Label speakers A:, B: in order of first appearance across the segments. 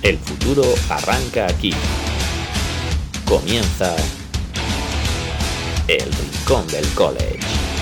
A: El futuro arranca aquí. Comienza El Rincón del College.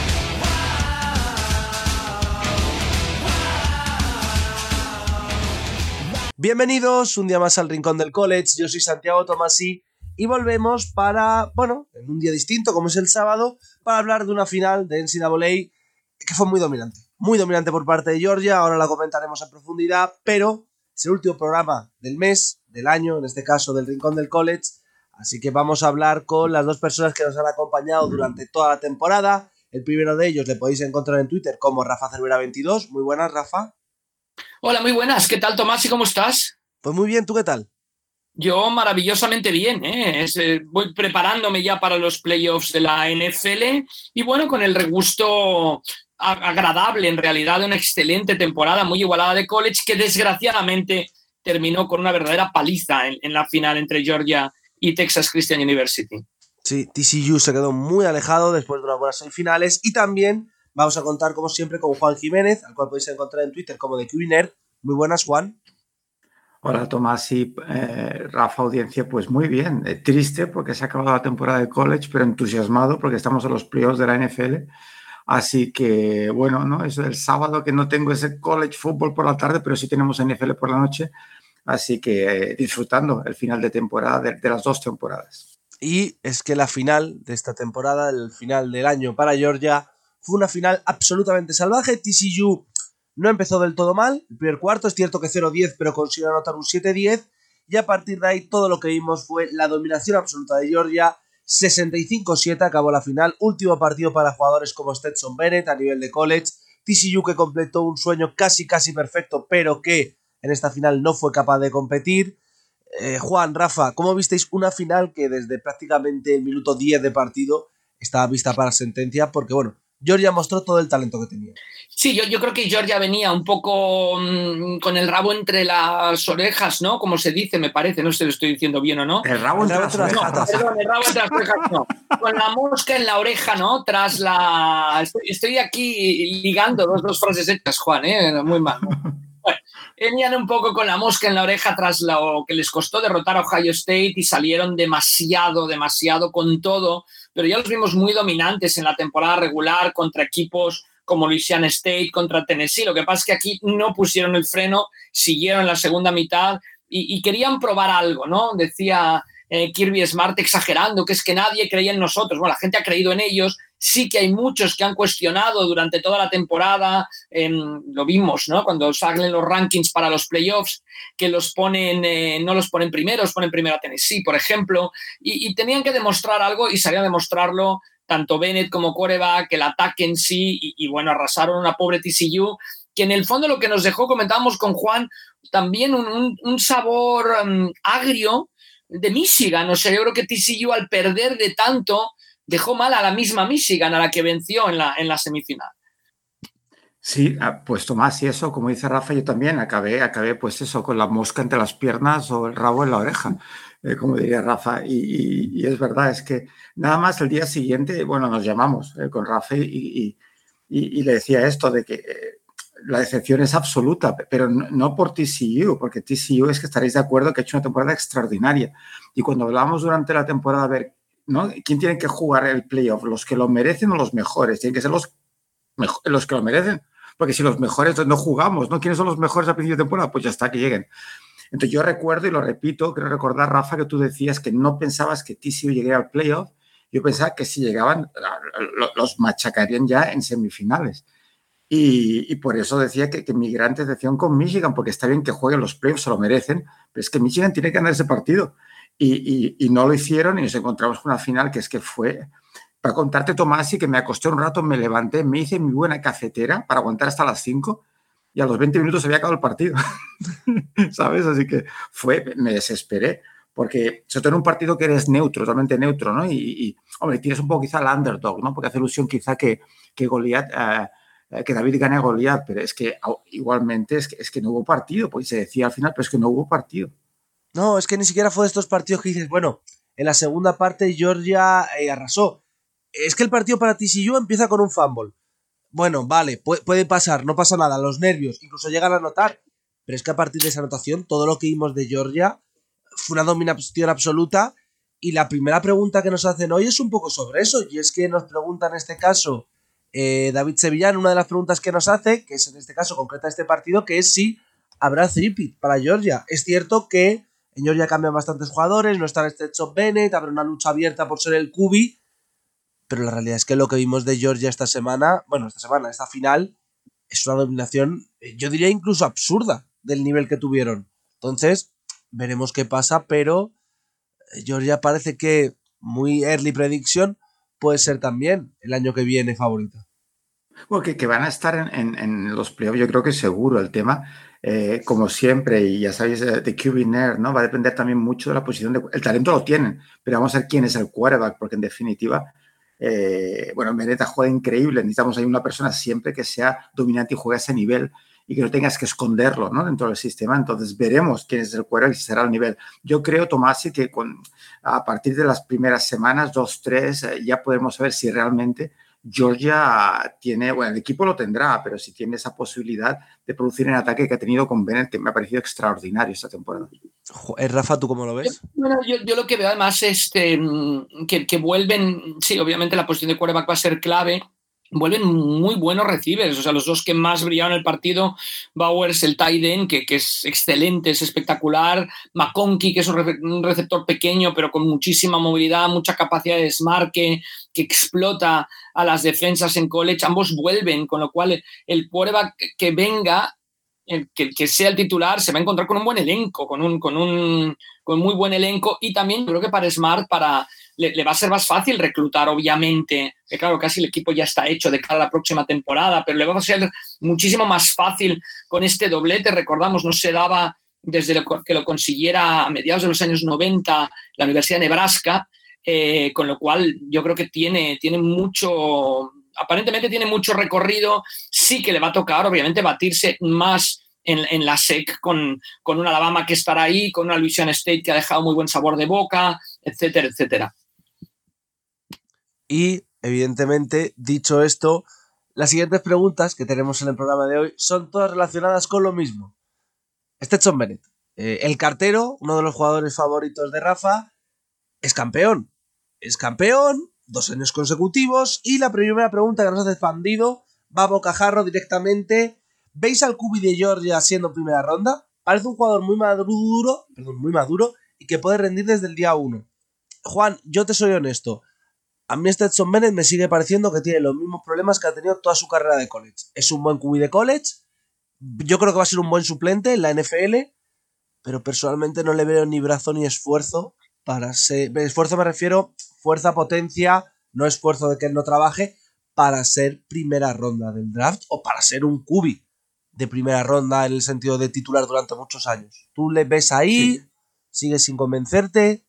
B: Bienvenidos un día más al Rincón del College. Yo soy Santiago Tomasi y volvemos para, en un día distinto como es el sábado, para hablar de una final de NCAA que fue muy dominante por parte de Georgia. Ahora la comentaremos en profundidad, pero es el último programa del mes, del año, en este caso del Rincón del College, así que vamos a hablar con las dos personas que nos han acompañado durante toda la temporada. El primero de ellos le podéis encontrar en Twitter como Rafa Cervera 22. Muy buenas, Rafa.
C: Hola, muy buenas. ¿Qué tal, Tomás? ¿Y cómo estás?
B: Pues muy bien, ¿tú qué tal?
C: Yo maravillosamente bien, voy preparándome ya para los playoffs de la NFL y bueno, con el regusto agradable en realidad de una excelente temporada muy igualada de college que desgraciadamente terminó con una verdadera paliza en la final entre Georgia y Texas Christian University.
B: Sí, TCU se quedó muy alejado después de unas buenas semifinales y también vamos a contar como siempre con Juan Jiménez, al cual podéis encontrar en Twitter como The Queener. Muy buenas, Juan.
D: Hola Tomás y Rafa, audiencia, pues muy bien, triste porque se ha acabado la temporada de college, pero entusiasmado porque estamos en los playoffs de la NFL, así que bueno, ¿no? Es el sábado que no tengo ese college fútbol por la tarde, pero sí tenemos NFL por la noche, así que disfrutando el final de temporada de las dos temporadas.
B: Y es que la final de esta temporada, el final del año para Georgia, fue una final absolutamente salvaje. TCU no empezó del todo mal, el primer cuarto es cierto que 0-10, pero consiguió anotar un 7-10, y a partir de ahí todo lo que vimos fue la dominación absoluta de Georgia. 65-7 acabó la final, último partido para jugadores como Stetson Bennett a nivel de college. TCU que completó un sueño casi perfecto, pero que en esta final no fue capaz de competir. Juan, Rafa, ¿cómo visteis una final que desde prácticamente el minuto 10 de partido estaba vista para sentencia? Porque Georgia mostró todo el talento que tenía.
C: Sí, yo creo que Georgia venía un poco con el rabo entre las orejas, ¿no? Como se dice, me parece, no sé si lo estoy diciendo bien o no.
D: El rabo entre las orejas.
C: No, perdón, el rabo entre las orejas no. Con la mosca en la oreja, ¿no? Tras la... Estoy aquí ligando dos frases hechas, Juan, muy mal, ¿no? Bueno, venían un poco con la mosca en la oreja tras lo que les costó derrotar a Ohio State y salieron demasiado con todo, pero ya los vimos muy dominantes en la temporada regular contra equipos como Louisiana State, contra Tennessee. Lo que pasa es que aquí no pusieron el freno, siguieron la segunda mitad y querían probar algo, ¿no? Decía Kirby Smart exagerando, que es que nadie creía en nosotros. Bueno, la gente ha creído en ellos. Sí que hay muchos que han cuestionado durante toda la temporada, lo vimos, ¿no? Cuando salen los rankings para los playoffs, que los ponen, no los ponen primeros, ponen primero a Tennessee, por ejemplo, y tenían que demostrar algo y salían a demostrarlo tanto Bennett como quarterback, el ataque en sí, y bueno, arrasaron una pobre TCU, que en el fondo lo que nos dejó, comentábamos con Juan, también un sabor agrio de Michigan. O sea, yo creo que TCU al perder de tanto dejó mal a la misma Michigan, a la que venció en la semifinal.
D: Sí, pues Tomás, y eso, como dice Rafa, yo también acabé pues eso, con la mosca entre las piernas o el rabo en la oreja, como diría Rafa, y es verdad, es que nada más el día siguiente, bueno, nos llamamos con Rafa y le decía esto de que la decepción es absoluta, pero no por TCU, porque TCU es que estaréis de acuerdo que ha hecho una temporada extraordinaria, y cuando hablábamos durante la temporada, a ver, ¿no? ¿Quién tiene que jugar el playoff? ¿Los que lo merecen o los mejores? Tienen que ser los que lo merecen. Porque si los mejores no jugamos, ¿no? ¿Quiénes son los mejores a principio de temporada? Pues ya está, que lleguen. Entonces yo recuerdo, y lo repito, quiero recordar, Rafa, que tú decías que no pensabas que TCU llegaría al playoff. Yo pensaba que si llegaban, los machacarían ya en semifinales. Y por eso decía que mi gran decepción con Michigan, porque está bien que jueguen los playoffs, se lo merecen, pero es que Michigan tiene que ganar ese partido. Y no lo hicieron y nos encontramos con una final que es que fue... Para contarte, Tomás, y que me acosté un rato, me levanté, me hice mi buena cafetera para aguantar hasta las 5 y a los 20 minutos había acabado el partido. ¿Sabes? Así que me desesperé, porque sobre todo en un partido que eres neutro, totalmente neutro, ¿no? Hombre, tienes un poco quizá al underdog, ¿no? Porque hace ilusión quizá que Goliat, que David gane a Goliat, pero es que igualmente es que no hubo partido, porque se decía al final, pero es que no hubo partido.
B: No, es que ni siquiera fue de estos partidos que dices, en la segunda parte Georgia arrasó. Es que el partido para TCU empieza con un fumble. Bueno, vale, puede pasar, no pasa nada, los nervios, incluso llegan a anotar, pero es que a partir de esa anotación, todo lo que vimos de Georgia fue una dominación absoluta. Y la primera pregunta que nos hacen hoy es un poco sobre eso, y es que nos pregunta en este caso David Sevillán, una de las preguntas que nos hace, que es en este caso concreta este partido, que es si habrá three-peat para Georgia. Es cierto que en Georgia cambian bastantes jugadores, no está Stetson Bennett, habrá una lucha abierta por ser el QB, pero la realidad es que lo que vimos de Georgia esta final, es una dominación, yo diría incluso absurda, del nivel que tuvieron. Entonces, veremos qué pasa, pero Georgia parece que muy early prediction puede ser también el año que viene favorita.
D: Bueno, que van a estar en los playoffs, yo creo que seguro. El tema, como siempre, y ya sabéis, de QB Nerd, ¿no? Va a depender también mucho de la posición. El talento lo tienen, pero vamos a ver quién es el quarterback, porque en definitiva, Bennett juega increíble. Necesitamos ahí una persona siempre que sea dominante y juegue a ese nivel y que no tengas que esconderlo, ¿no? Dentro del sistema. Entonces veremos quién es el quarterback y si será el nivel. Yo creo, Tomasi, que a partir de las primeras semanas, 2, 3, ya podemos saber si realmente Georgia tiene, bueno, el equipo lo tendrá, pero si tiene esa posibilidad de producir el ataque que ha tenido con Bennett, que me ha parecido extraordinario esta temporada.
B: Rafa, ¿tú cómo lo ves?
C: Yo lo que veo además es que vuelven, sí, obviamente la posición de quarterback va a ser clave, vuelven muy buenos receivers, o sea, los dos que más brillaron en el partido, Bowers, el tight end, que es excelente, es espectacular, McConkey, que es un receptor pequeño, pero con muchísima movilidad, mucha capacidad de desmarque, que explota a las defensas en college, ambos vuelven, con lo cual el quarterback que venga, que sea el titular, se va a encontrar con un buen elenco, con muy buen elenco, y también creo que para Smart, le va a ser más fácil reclutar, obviamente, que claro, casi el equipo ya está hecho de cara a la próxima temporada, pero le va a ser muchísimo más fácil con este doblete. Recordamos, no se daba desde que lo consiguiera a mediados de los años 90 la Universidad de Nebraska, con lo cual yo creo que tiene mucho, aparentemente tiene mucho recorrido. Sí que le va a tocar, obviamente, batirse más en la SEC con un Alabama que estará ahí, con una Louisiana State que ha dejado muy buen sabor de boca, etcétera, etcétera.
B: Y, evidentemente, dicho esto, las siguientes preguntas que tenemos en el programa de hoy son todas relacionadas con lo mismo. Stetson Bennett, el cartero, uno de los jugadores favoritos de Rafa, es campeón. Es campeón, 2 años consecutivos, y la primera pregunta que nos hace Expandido va a bocajarro directamente. ¿Veis al QB de Georgia siendo primera ronda? Parece un jugador muy maduro y que puede rendir desde el día 1. Juan, yo te soy honesto. A mí Stetson Bennett me sigue pareciendo que tiene los mismos problemas que ha tenido toda su carrera de college. Es un buen QB de college. Yo creo que va a ser un buen suplente en la NFL, pero personalmente no le veo ni brazo ni esfuerzo para ser... Esfuerzo me refiero fuerza, potencia, no esfuerzo de que él no trabaje para ser primera ronda del draft o para ser un QB de primera ronda en el sentido de titular durante muchos años. ¿Tú le ves ahí? Sí. ¿Sigues sin convencerte?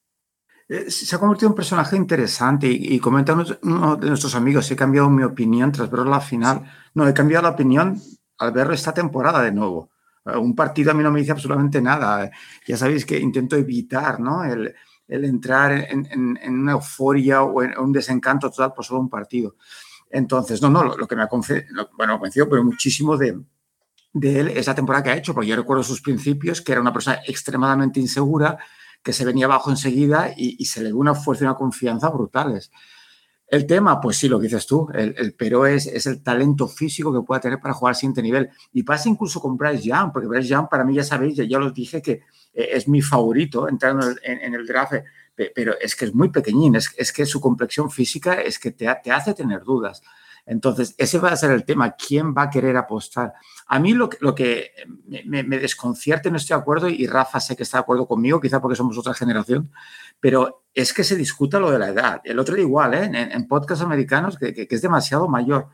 D: Se ha convertido en un personaje interesante y comenta uno de nuestros amigos, he cambiado mi opinión tras verlo la final. No, he cambiado la opinión al verlo esta temporada de nuevo. Un partido a mí no me dice absolutamente nada. Ya sabéis que intento evitar, ¿no?, el entrar en una euforia o en un desencanto total por solo un partido. Entonces, lo que me ha convencido, pero muchísimo de él es la temporada que ha hecho, porque yo recuerdo sus principios, que era una persona extremadamente insegura, que se venía abajo enseguida y se le dio una fuerza y una confianza brutales. El tema, pues sí, lo que dices tú, pero es el talento físico que pueda tener para jugar al siguiente nivel. Y pasa incluso con Bryce Young, porque Bryce Young, para mí, ya sabéis, ya os dije que es mi favorito entrando en el draft, pero es que es muy pequeñín, es que su complexión física es que te hace tener dudas. Entonces, ese va a ser el tema. ¿Quién va a querer apostar? A mí lo que me desconcierta, no estoy de acuerdo, y Rafa sé que está de acuerdo conmigo, quizá porque somos otra generación, pero es que se discuta lo de la edad. El otro día igual, en podcasts americanos, que es demasiado mayor.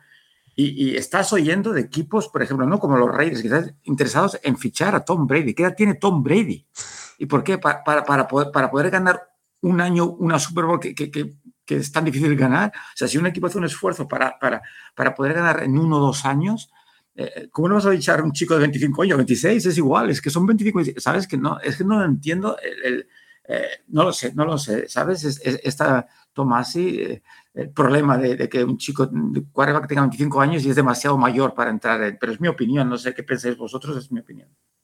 D: Y estás oyendo de equipos, por ejemplo, ¿no?, como los Raiders, que están interesados en fichar a Tom Brady. ¿Qué edad tiene Tom Brady? ¿Y por qué? Para poder ganar un año una Super Bowl que es tan difícil ganar. O sea, si un equipo hace un esfuerzo para poder ganar en 1 o 2 años, ¿cómo no vas a echar a un chico de 25 años, 26? Es igual, es que son 25, ¿sabes? Es que no lo entiendo, no lo sé, ¿sabes? Esta Tomasi, el problema de que un chico de quarterback tenga 25 años y es demasiado mayor para entrar, pero es mi opinión, no sé qué pensáis vosotros, es mi opinión.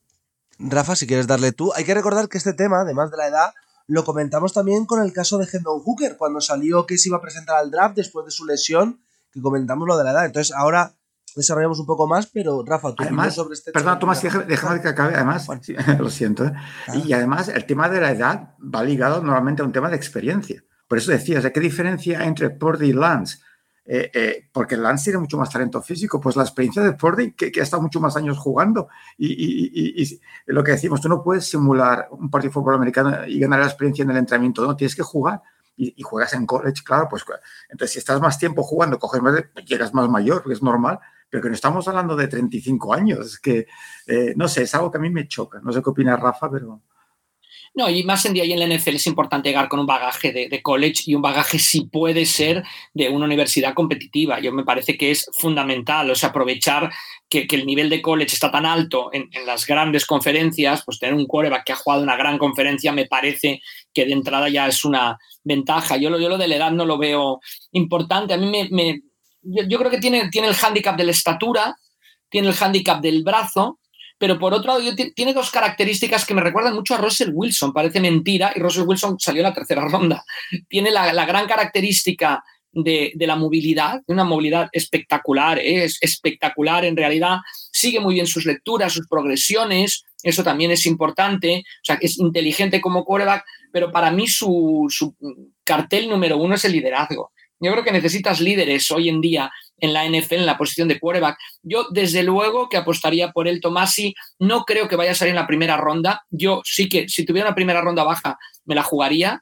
B: Rafa, si quieres darle tú. Hay que recordar que este tema, además de la edad, lo comentamos también con el caso de Hendon Hooker, cuando salió que se iba a presentar al draft después de su lesión, que comentamos lo de la edad. Entonces, ahora desarrollamos un poco más, pero Rafa, tu opinión sobre este tema.
D: Perdón, Tomás, déjame que acabe. Además,
B: Bueno.
D: sí, lo siento. Y además, el tema de la edad va ligado normalmente a un tema de experiencia. Por eso decías, ¿qué diferencia entre Purdy y Lance? Porque Lance tiene mucho más talento físico, pues la experiencia de Purdy, que ha estado muchos más años jugando, y lo que decimos, tú no puedes simular un partido de fútbol americano y ganar la experiencia en el entrenamiento, no, tienes que jugar, y juegas en college, claro, pues entonces si estás más tiempo jugando, coges más, llegas más mayor, porque es normal, pero que no estamos hablando de 35 años, es que, no sé, es algo que a mí me choca, no sé qué opina Rafa, pero...
C: No, y más en día y en la NFL es importante llegar con un bagaje de college y un bagaje si puede ser de una universidad competitiva. Yo me parece que es fundamental, o sea, aprovechar que el nivel de college está tan alto en las grandes conferencias, pues tener un quarterback que ha jugado una gran conferencia me parece que de entrada ya es una ventaja. Yo lo de la edad no lo veo importante. A mí yo creo que tiene el hándicap de la estatura, tiene el hándicap del brazo, pero por otro lado tiene dos características que me recuerdan mucho a Russell Wilson. Parece mentira, y Russell Wilson salió en la tercera ronda. Tiene la gran característica de la movilidad, de una movilidad espectacular, es espectacular en realidad, sigue muy bien sus lecturas, sus progresiones, eso también es importante, o sea, es inteligente como quarterback, pero para mí su cartel número uno es el liderazgo. Yo creo que necesitas líderes hoy en día en la NFL, en la posición de quarterback. Yo, desde luego, que apostaría por él. Tomasi, no creo que vaya a salir en la primera ronda. Yo sí que, si tuviera una primera ronda baja, me la jugaría,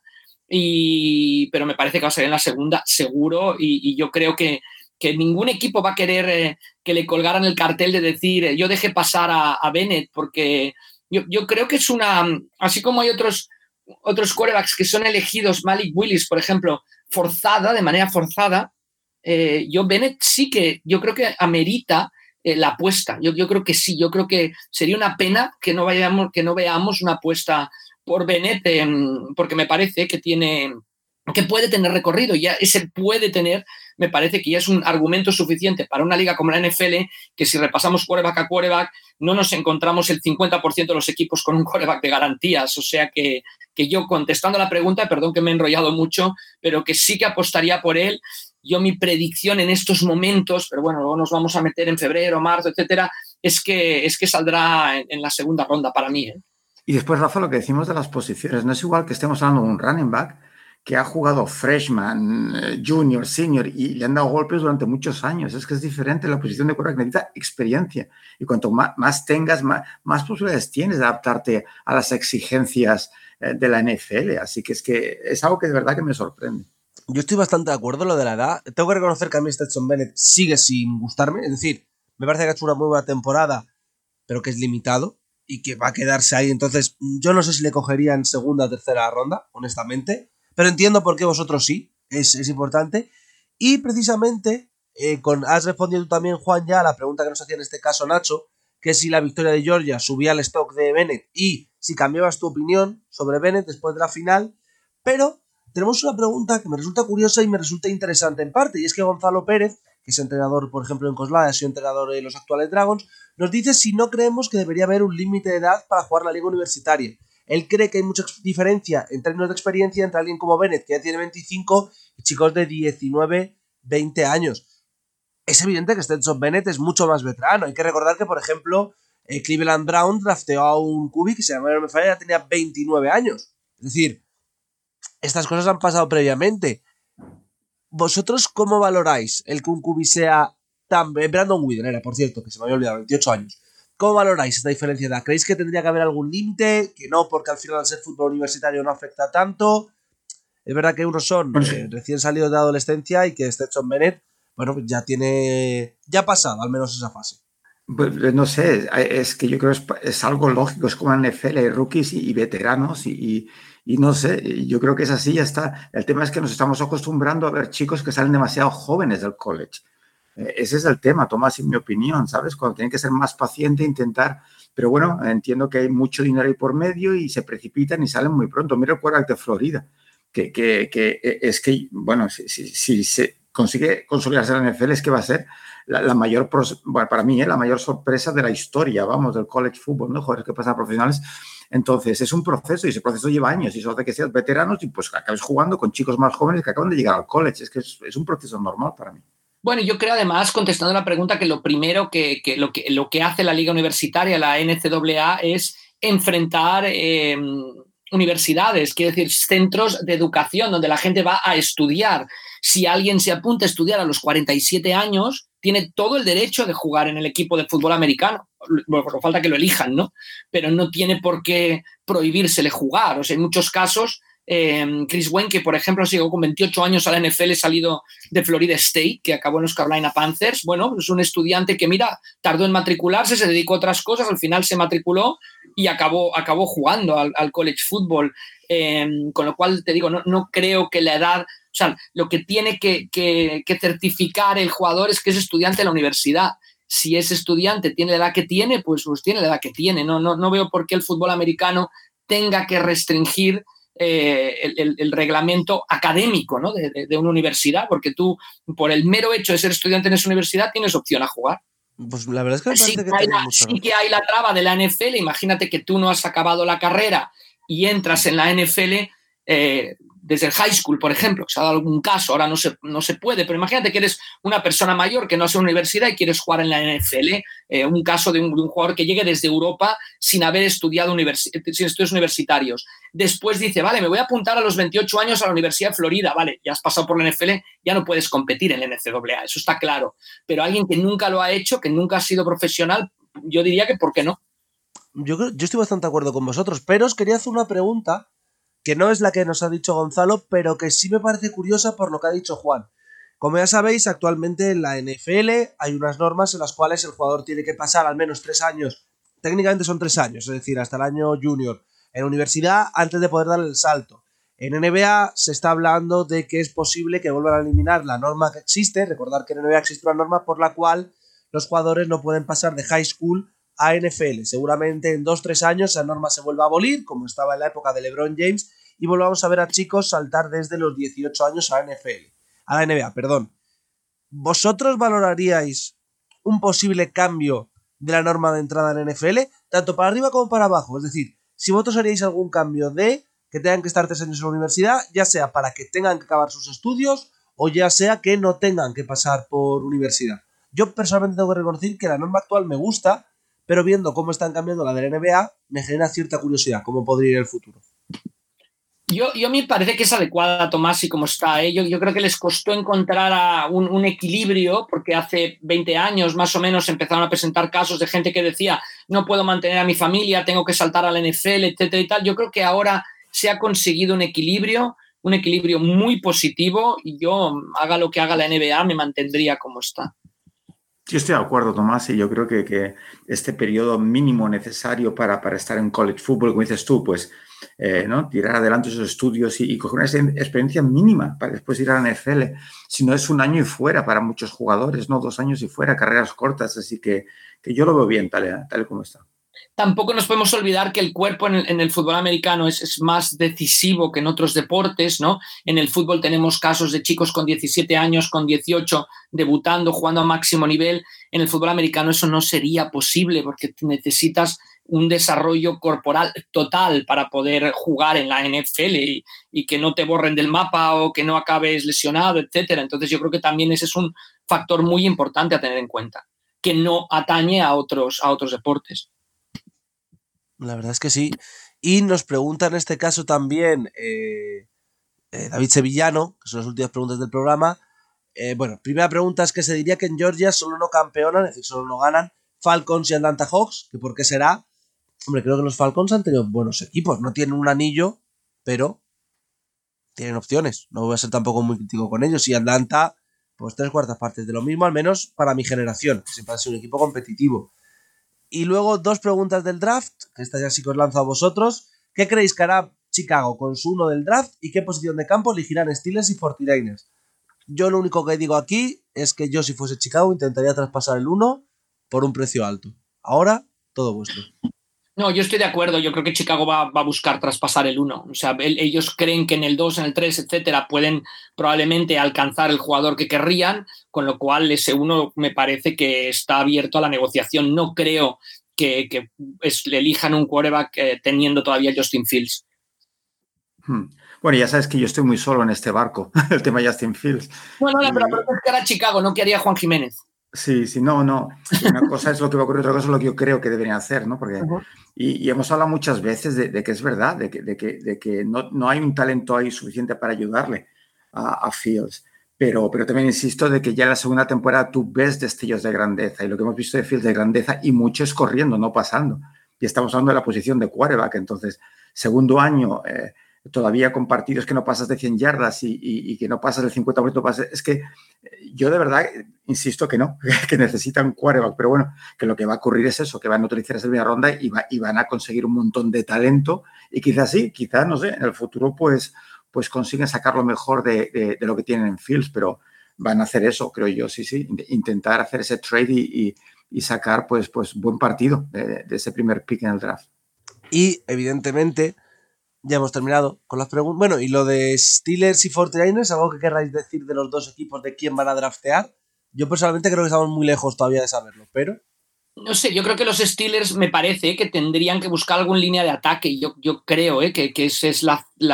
C: pero me parece que va a salir en la segunda, seguro, y yo creo que ningún equipo va a querer que le colgaran el cartel de decir yo dejé pasar a Bennett, porque yo creo que es así como hay otros quarterbacks que son elegidos, Malik Willis, por ejemplo, de manera forzada, yo Bennett sí que, yo creo que amerita la apuesta. Yo creo que sí, yo creo que sería una pena que no veamos una apuesta por Bennett, porque me parece que puede tener recorrido. Ya ese puede tener, me parece que ya es un argumento suficiente para una liga como la NFL, que si repasamos quarterback a quarterback, no nos encontramos el 50% de los equipos con un quarterback de garantías. O sea que yo, contestando la pregunta, perdón que me he enrollado mucho, pero que sí que apostaría por él. Yo mi predicción en estos momentos, pero bueno, luego nos vamos a meter en febrero, marzo, etcétera, es que jugara en la segunda ronda para mí.
D: Y después, Rafa, lo que decimos de las posiciones, no es igual que estemos hablando de un running back que ha jugado freshman, junior, senior y le han dado golpes durante muchos años. Es que es diferente. La posición de quarterback necesita experiencia. Y cuanto más tengas, más posibilidades tienes de adaptarte a las exigencias de la NFL. Así que es algo que de verdad que me sorprende.
B: Yo estoy bastante de acuerdo en lo de la edad. Tengo que reconocer que a mí Stetson Bennett sigue sin gustarme. Es decir, me parece que ha hecho una muy buena temporada, pero que es limitado y que va a quedarse ahí. Entonces, yo no sé si le cogería en segunda o tercera ronda, honestamente. Pero entiendo por qué vosotros sí, es importante. Y precisamente, has respondido tú también, Juan, ya a la pregunta que nos hacía en este caso Nacho, que es si la victoria de Georgia subía el stock de Bennett y si cambiabas tu opinión sobre Bennett después de la final. Pero tenemos una pregunta que me resulta curiosa y me resulta interesante en parte, y es que Gonzalo Pérez, que es entrenador, por ejemplo, en Coslada, ha sido entrenador de los actuales Dragons, nos dice si no creemos que debería haber un límite de edad para jugar la liga universitaria. Él cree que hay mucha diferencia en términos de experiencia entre alguien como Bennett, que ya tiene 25, y chicos de 19, 20 años. Es evidente que Stetson Bennett es mucho más veterano. Hay que recordar que, por ejemplo, Cleveland Brown drafteó a un QB que se llama Aaron Mefaya, ya tenía 29 años. Es decir, estas cosas han pasado previamente. ¿Vosotros cómo valoráis el que un QB sea tan... Brandon Whedon era, por cierto, que se me había olvidado, 28 años. ¿Cómo valoráis esta diferencia de edad? ¿Creéis que tendría que haber algún límite? Que no, porque al final al ser fútbol universitario no afecta tanto. Es verdad que unos son recién salidos de adolescencia y que Stetson Bennett, bueno, ya ha pasado al menos esa fase.
D: Pues no sé, es que yo creo que es algo lógico, es como en NFL, hay rookies y veteranos y no sé, yo creo que es así, ya está. El tema es que nos estamos acostumbrando a ver chicos que salen demasiado jóvenes del college. Ese es el tema, Tomás, en mi opinión, ¿sabes? Cuando tienen que ser más pacientes, intentar... Pero bueno, entiendo que hay mucho dinero ahí por medio y se precipitan y salen muy pronto. Mira el quarterback de Florida, que es que, bueno, si consigue consolidarse en la NFL, es que va a ser la mayor, bueno, para mí, la mayor sorpresa de la historia, vamos, del college football, ¿no? Jugadores que pasan a profesionales. Entonces, es un proceso y ese proceso lleva años y eso hace que seas veteranos y pues acabes jugando con chicos más jóvenes que acaban de llegar al college. Es que es un proceso normal para mí.
C: Bueno, yo creo además, contestando la pregunta, que lo primero lo que hace la liga universitaria, la NCAA, es enfrentar universidades, quiere decir centros de educación donde la gente va a estudiar. Si alguien se apunta a estudiar a los 47 años, tiene todo el derecho de jugar en el equipo de fútbol americano. Bueno, por falta que lo elijan, ¿no? Pero no tiene por qué prohibírsele jugar. O sea, en muchos casos, Chris Wenke, por ejemplo, llegó con 28 años a la NFL, salido de Florida State, que acabó en los Carolina Panthers. Bueno, es un estudiante que, mira, tardó en matricularse, se dedicó a otras cosas, al final se matriculó y acabó jugando al college football. Con lo cual, te digo, no creo que la edad... O sea, lo que tiene que certificar el jugador es que es estudiante de la universidad. Si ese estudiante tiene la edad que tiene, pues tiene la edad que tiene. No veo por qué el fútbol americano tenga que restringir el reglamento académico, ¿no? de una universidad, porque tú, por el mero hecho de ser estudiante en esa universidad, tienes opción a jugar.
B: Pues la verdad es que me parece
C: sí que hay la traba de la NFL. Imagínate que tú no has acabado la carrera y entras en la NFL desde el high school, por ejemplo. Se ha dado algún caso, ahora no se puede, pero imagínate que eres una persona mayor que no hace universidad y quieres jugar en la NFL. Un caso de un jugador que llegue desde Europa sin haber estudiado sin estudios universitarios. Después dice, vale, me voy a apuntar a los 28 años a la Universidad de Florida. Vale, ya has pasado por la NFL, ya no puedes competir en la NCAA, eso está claro. Pero alguien que nunca lo ha hecho, que nunca ha sido profesional, yo diría que ¿por qué no?
B: Yo estoy bastante de acuerdo con vosotros, pero os quería hacer una pregunta que no es la que nos ha dicho Gonzalo, pero que sí me parece curiosa por lo que ha dicho Juan. Como ya sabéis, actualmente en la NFL hay unas normas en las cuales el jugador tiene que pasar al menos 3 años, técnicamente son 3 años, es decir, hasta el año junior, en universidad antes de poder dar el salto. En NBA se está hablando de que es posible que vuelvan a eliminar la norma que existe. Recordar que en NBA existe una norma por la cual los jugadores no pueden pasar de high school a NFL. Seguramente en 2-3 años esa norma se vuelva a abolir, como estaba en la época de LeBron James, y volvamos a ver a chicos saltar desde los 18 años a la NBA, perdón. ¿Vosotros valoraríais un posible cambio de la norma de entrada en NFL, tanto para arriba como para abajo? Es decir, si vosotros haríais algún cambio de que tengan que estar 3 años en la universidad, ya sea para que tengan que acabar sus estudios o ya sea que no tengan que pasar por universidad. Yo personalmente tengo que reconocer que la norma actual me gusta, pero viendo cómo están cambiando la de la NBA, me genera cierta curiosidad cómo podría ir el futuro.
C: Yo me parece que es adecuada, Tomás, y como está. Yo creo que les costó encontrar un equilibrio, porque hace 20 años más o menos empezaron a presentar casos de gente que decía no puedo mantener a mi familia, tengo que saltar a la NFL, etcétera y tal. Yo creo que ahora se ha conseguido un equilibrio muy positivo, y yo, haga lo que haga la NBA, me mantendría como está.
D: Yo estoy de acuerdo, Tomás, y yo creo que este periodo mínimo necesario para estar en college football, como dices tú, pues ¿no? Tirar adelante esos estudios y coger una experiencia mínima para después ir a la NFL. Si no, es 1 año y fuera para muchos jugadores, ¿no? 2 años y fuera, carreras cortas, así que yo lo veo bien tal y como está.
C: Tampoco nos podemos olvidar que el cuerpo en el fútbol americano es más decisivo que en otros deportes, ¿no? En el fútbol tenemos casos de chicos con 17 años, con 18, debutando, jugando a máximo nivel. En el fútbol americano eso no sería posible, porque necesitas un desarrollo corporal total para poder jugar en la NFL y que no te borren del mapa o que no acabes lesionado, etcétera. Entonces yo creo que también ese es un factor muy importante a tener en cuenta, que no atañe a otros deportes.
B: La verdad es que sí. Y nos pregunta en este caso también David Sevillano, que son las últimas preguntas del programa. Bueno, primera pregunta es que se diría que en Georgia solo no campeonan, es decir, solo no ganan Falcons y Atlanta Hawks, que ¿por qué será? Hombre, creo que los Falcons han tenido buenos equipos, no tienen un anillo, pero tienen opciones. No voy a ser tampoco muy crítico con ellos. Y Atlanta, pues 3/4 partes de lo mismo, al menos para mi generación, que siempre ha sido un equipo competitivo. Y luego 2 preguntas del draft, que esta ya sí que os lanzo a vosotros. ¿Qué creéis que hará Chicago con su 1 del draft y qué posición de campo elegirán Steelers y 49ers? Yo lo único que digo aquí es que yo, si fuese Chicago, intentaría traspasar el 1 por un precio alto. Ahora, todo vuestro.
C: No, yo estoy de acuerdo. Yo creo que Chicago va a buscar traspasar el 1. O sea, ellos creen que en el 2, en el 3, etcétera, pueden probablemente alcanzar el jugador que querrían, con lo cual ese 1 me parece que está abierto a la negociación. No creo que le elijan un quarterback teniendo todavía Justin Fields.
D: Bueno, ya sabes que yo estoy muy solo en este barco, el tema Justin Fields.
C: Bueno, pero es que era Chicago, no que haría Juan Jiménez.
D: Sí, no. Una cosa es lo que va a ocurrir, otra cosa es lo que yo creo que deberían hacer, ¿no? Porque, y hemos hablado muchas veces de que es verdad, de que no hay un talento ahí suficiente para ayudarle a Fields. Pero también insisto de que ya en la segunda temporada tú ves destellos de grandeza, y lo que hemos visto de Fields de grandeza, y mucho es corriendo, no pasando. Y estamos hablando de la posición de quarterback. Entonces, segundo año, todavía con partidos que no pasas de 100 yardas y que no pasas del 50%, es que yo de verdad insisto que no, que necesitan quarterback, pero bueno, que lo que va a ocurrir es eso, que van a utilizar esa primera ronda y van a conseguir un montón de talento, y quizás no sé, en el futuro pues consiguen sacar lo mejor de lo que tienen en Fields, pero van a hacer eso, creo yo, sí, intentar hacer ese trade y sacar pues buen partido de ese primer pick en el draft.
B: Y evidentemente ya hemos terminado con las preguntas. Bueno, y lo de Steelers y 49ers, ¿algo que querráis decir de los dos equipos de quién van a draftear? Yo personalmente creo que estamos muy lejos todavía de saberlo, pero...
C: No sé, yo creo que los Steelers me parece que tendrían que buscar alguna línea de ataque. Yo creo que es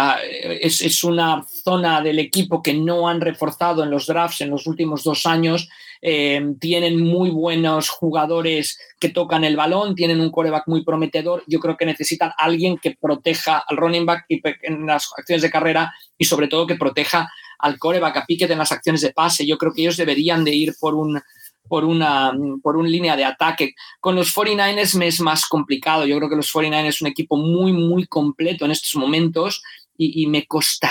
C: una zona del equipo que no han reforzado en los drafts en los últimos 2 años. Tienen muy buenos jugadores que tocan el balón, tienen un quarterback muy prometedor. Yo creo que necesitan a alguien que proteja al running back en las acciones de carrera, y sobre todo que proteja al quarterback, a Pickett en las acciones de pase. Yo creo que ellos deberían de ir por una línea de ataque. Con los 49ers me es más complicado. Yo creo que los 49ers es un equipo muy, muy completo en estos momentos, y me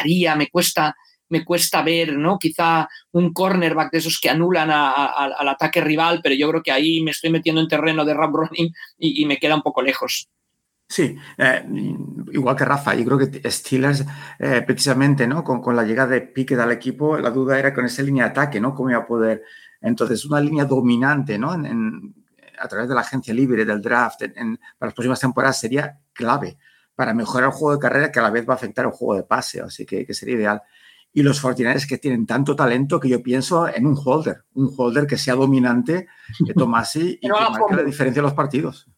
C: cuesta ver, ¿no? Quizá un cornerback de esos que anulan al ataque rival, pero yo creo que ahí me estoy metiendo en terreno de route running y me queda un poco lejos.
D: Sí, igual que Rafa, yo creo que Steelers, precisamente, ¿no? Con la llegada de Pickett al equipo, la duda era con esa línea de ataque, ¿no? Cómo iba a poder... Entonces, una línea dominante, ¿no? A través de la agencia libre, del draft, para las próximas temporadas sería clave para mejorar el juego de carrera, que a la vez va a afectar el juego de pase, así que sería ideal. Y los 49ers, que tienen tanto talento, que yo pienso en un holder que sea dominante, que tomase y que marque la diferencia en los partidos.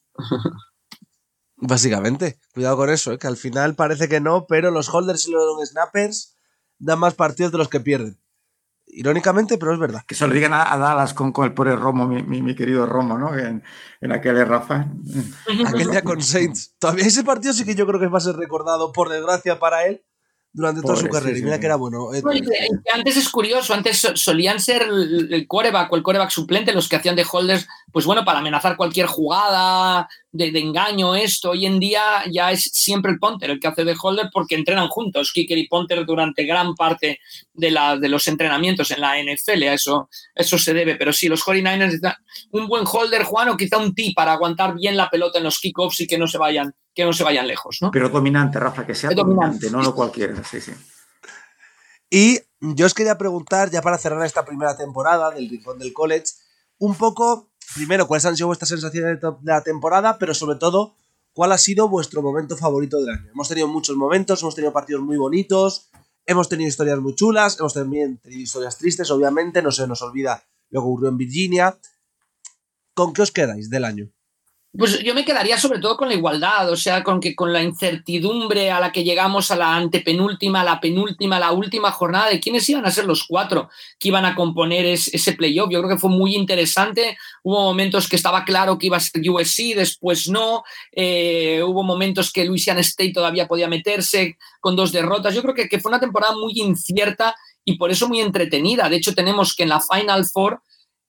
B: Básicamente, cuidado con eso, que al final parece que no, pero los holders y los long snappers dan más partidos de los que pierden. Irónicamente, pero es verdad.
D: Que se lo digan a Dallas con el pobre Romo, mi querido Romo, ¿no? En aquel Rafa.
B: Aquel día con Saints. Todavía ese partido sí que yo creo que va a ser recordado, por desgracia para él, durante toda su carrera. Y mira que era bueno.
C: Antes es curioso, antes solían ser el quarterback o el quarterback suplente los que hacían de holders, pues bueno, para amenazar cualquier jugada de engaño, esto. Hoy en día ya es siempre el punter el que hace de holder, porque entrenan juntos, kicker y punter, durante gran parte de los entrenamientos en la NFL. A eso se debe. Pero sí, los 49ers necesitan un buen holder, Juan, o quizá un tee para aguantar bien la pelota en los kickoffs y que no se vayan lejos, ¿no?
D: Pero dominante, Rafa, que sea dominante, no cualquiera. Sí.
B: Y yo os quería preguntar, ya para cerrar esta primera temporada del Rincón del College, un poco, primero, cuáles han sido vuestras sensaciones de la temporada, pero sobre todo, cuál ha sido vuestro momento favorito del año. Hemos tenido muchos momentos, hemos tenido partidos muy bonitos, hemos tenido historias muy chulas, hemos también tenido historias tristes, obviamente, no se nos olvida lo que ocurrió en Virginia. ¿Con qué os quedáis del año?
C: Pues yo me quedaría sobre todo con la igualdad, o sea, con la incertidumbre a la que llegamos a la antepenúltima, la penúltima, la última jornada, de quiénes iban a ser los 4 que iban a componer ese playoff. Yo creo que fue muy interesante. Hubo momentos que estaba claro que iba a ser USC, después no. Hubo momentos que Louisiana State todavía podía meterse con 2 derrotas. Yo creo que fue una temporada muy incierta y por eso muy entretenida. De hecho, tenemos que en la Final Four,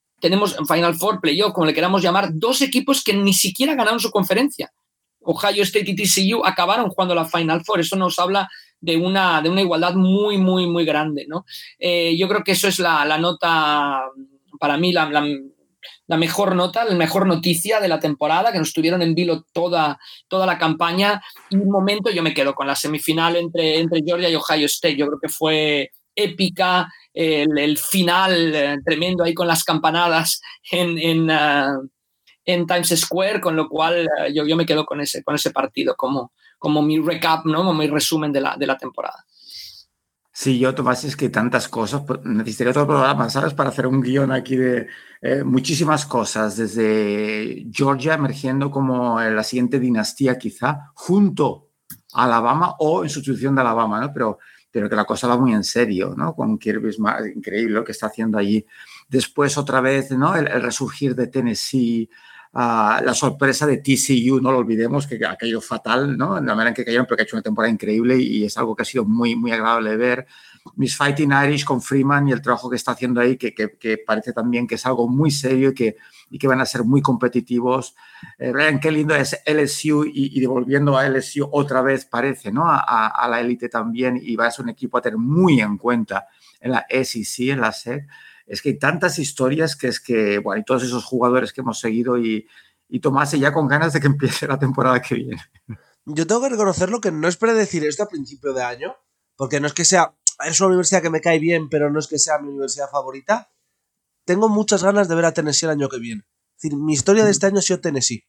C: playoff, como le queramos llamar, 2 equipos que ni siquiera ganaron su conferencia. Ohio State y TCU acabaron jugando la Final Four. Eso nos habla de una igualdad muy, muy, muy grande, ¿no? Yo creo que eso es la nota, para mí, la mejor nota, la mejor noticia de la temporada, que nos tuvieron en vilo toda la campaña. Y un momento yo me quedo con la semifinal entre Georgia y Ohio State. Yo creo que fue épica, el final tremendo ahí con las campanadas en en Times Square, con lo cual yo me quedo con ese partido como mi recap, ¿no? Como mi resumen de la temporada.
D: Sí, yo, Tomás, es que tantas cosas, pues, necesitaría otro programa, ¿sabes? Para hacer un guión aquí de muchísimas cosas, desde Georgia emergiendo como la siguiente dinastía quizá, junto a Alabama o en sustitución de Alabama, ¿no? Pero que la cosa va muy en serio, ¿no? Con Kirby es increíble lo que está haciendo allí. Después otra vez, ¿no? El resurgir de Tennessee, la sorpresa de TCU, no lo olvidemos, que ha caído fatal, ¿no? En la manera en que cayeron, pero que ha hecho una temporada increíble y es algo que ha sido muy, muy agradable de ver. Miss Fighting Irish con Freeman y el trabajo que está haciendo ahí, que parece también que es algo muy serio y que van a ser muy competitivos. Vean qué lindo es LSU y devolviendo a LSU otra vez, parece, ¿no? A la élite también, y va a ser un equipo a tener muy en cuenta en la SEC, en la SEC. Es que hay tantas historias que es que, bueno, y todos esos jugadores que hemos seguido y Tomás ya con ganas de que empiece la temporada que viene.
B: Yo tengo que reconocerlo que no es predecir esto a principio de año, porque no es que sea, es una universidad que me cae bien, pero no es que sea mi universidad favorita. Tengo muchas ganas de ver a Tennessee el año que viene. Es decir, mi historia de este año ha sido Tennessee.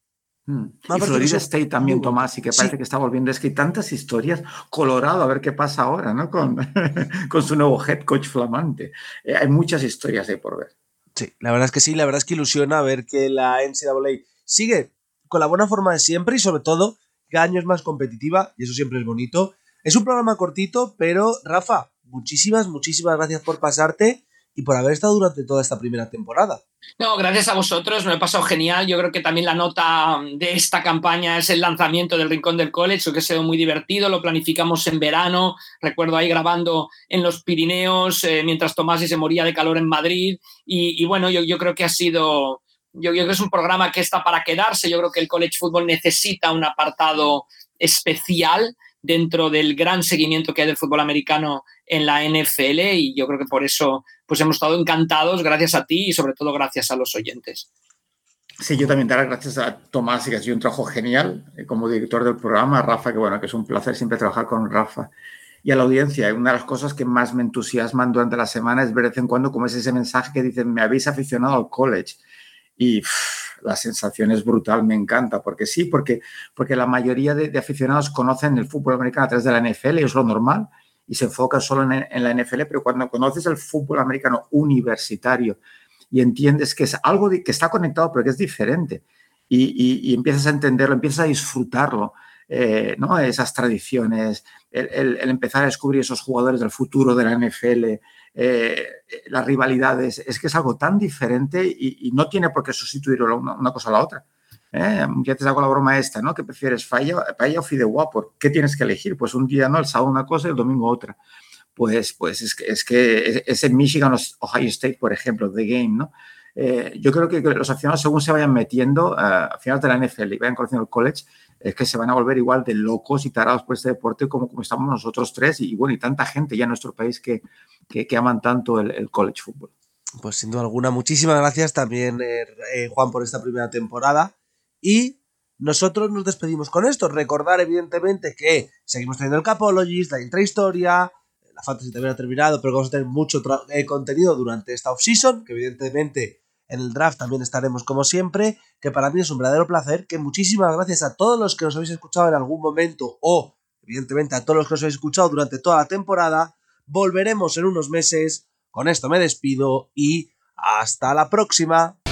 D: Y Florida State también, Tomás, y que parece que está volviendo. Es que hay tantas historias. Colorado, a ver qué pasa ahora, ¿no? Con su nuevo head coach flamante. Hay muchas historias ahí por ver.
B: Sí, la verdad es que sí, la verdad es que ilusiona ver que la NCAA sigue con la buena forma de siempre y sobre todo cada año es más competitiva y eso siempre es bonito. Es un programa cortito, pero Rafa, muchísimas gracias por pasarte y por haber estado durante toda esta primera temporada.
C: No, gracias a vosotros, me he pasado genial. Yo creo que también la nota de esta campaña es el lanzamiento del Rincón del College, que ha sido muy divertido, lo planificamos en verano, recuerdo ahí grabando en los Pirineos, mientras Tomasi se moría de calor en Madrid, y bueno, yo creo que ha sido... Yo creo que es un programa que está para quedarse. Yo creo que el college football necesita un apartado especial dentro del gran seguimiento que hay del fútbol americano en la NFL, y yo creo que por eso pues hemos estado encantados, gracias a ti y sobre todo gracias a los oyentes.
D: Sí, yo también dar las gracias a Tomás, que ha sido un trabajo genial como director del programa, a Rafa, que bueno, que es un placer siempre trabajar con Rafa, y a la audiencia. Una de las cosas que más me entusiasman durante la semana es ver de vez en cuando cómo es ese mensaje que dicen, me habéis aficionado al college. Y la sensación es brutal, me encanta, porque sí, porque la mayoría de aficionados conocen el fútbol americano a través de la NFL, y es lo normal, y se enfocan solo en la NFL, pero cuando conoces el fútbol americano universitario y entiendes que es algo que está conectado, pero que es diferente, y empiezas a entenderlo, empiezas a disfrutarlo, ¿no? Esas tradiciones, el empezar a descubrir esos jugadores del futuro de la NFL, las rivalidades, es que es algo tan diferente y no tiene por qué sustituir una cosa a la otra. Ya te hago la broma esta, ¿no? ¿Qué prefieres, paella o fideuá? ¿Por qué tienes que elegir? Pues un día, ¿no? El sábado una cosa y el domingo otra. Pues es que es en Michigan, Ohio State, por ejemplo, The Game, ¿no? Yo creo que los aficionados, según se vayan metiendo a finales de la NFL y vayan conociendo el college, es que se van a volver igual de locos y tarados por este deporte como estamos nosotros tres y bueno, y tanta gente ya en nuestro país que aman tanto el college football.
B: Pues sin duda alguna, muchísimas gracias también, Juan, por esta primera temporada. Y nosotros nos despedimos con esto. Recordar, evidentemente, que seguimos teniendo el Capologist, la intrahistoria, la Fantasy también ha terminado, pero vamos a tener mucho contenido durante esta off-season, que evidentemente en el draft también estaremos como siempre, que para mí es un verdadero placer, que muchísimas gracias a todos los que nos habéis escuchado en algún momento o, evidentemente, a todos los que nos habéis escuchado durante toda la temporada. Volveremos en unos meses. Con esto me despido y hasta la próxima.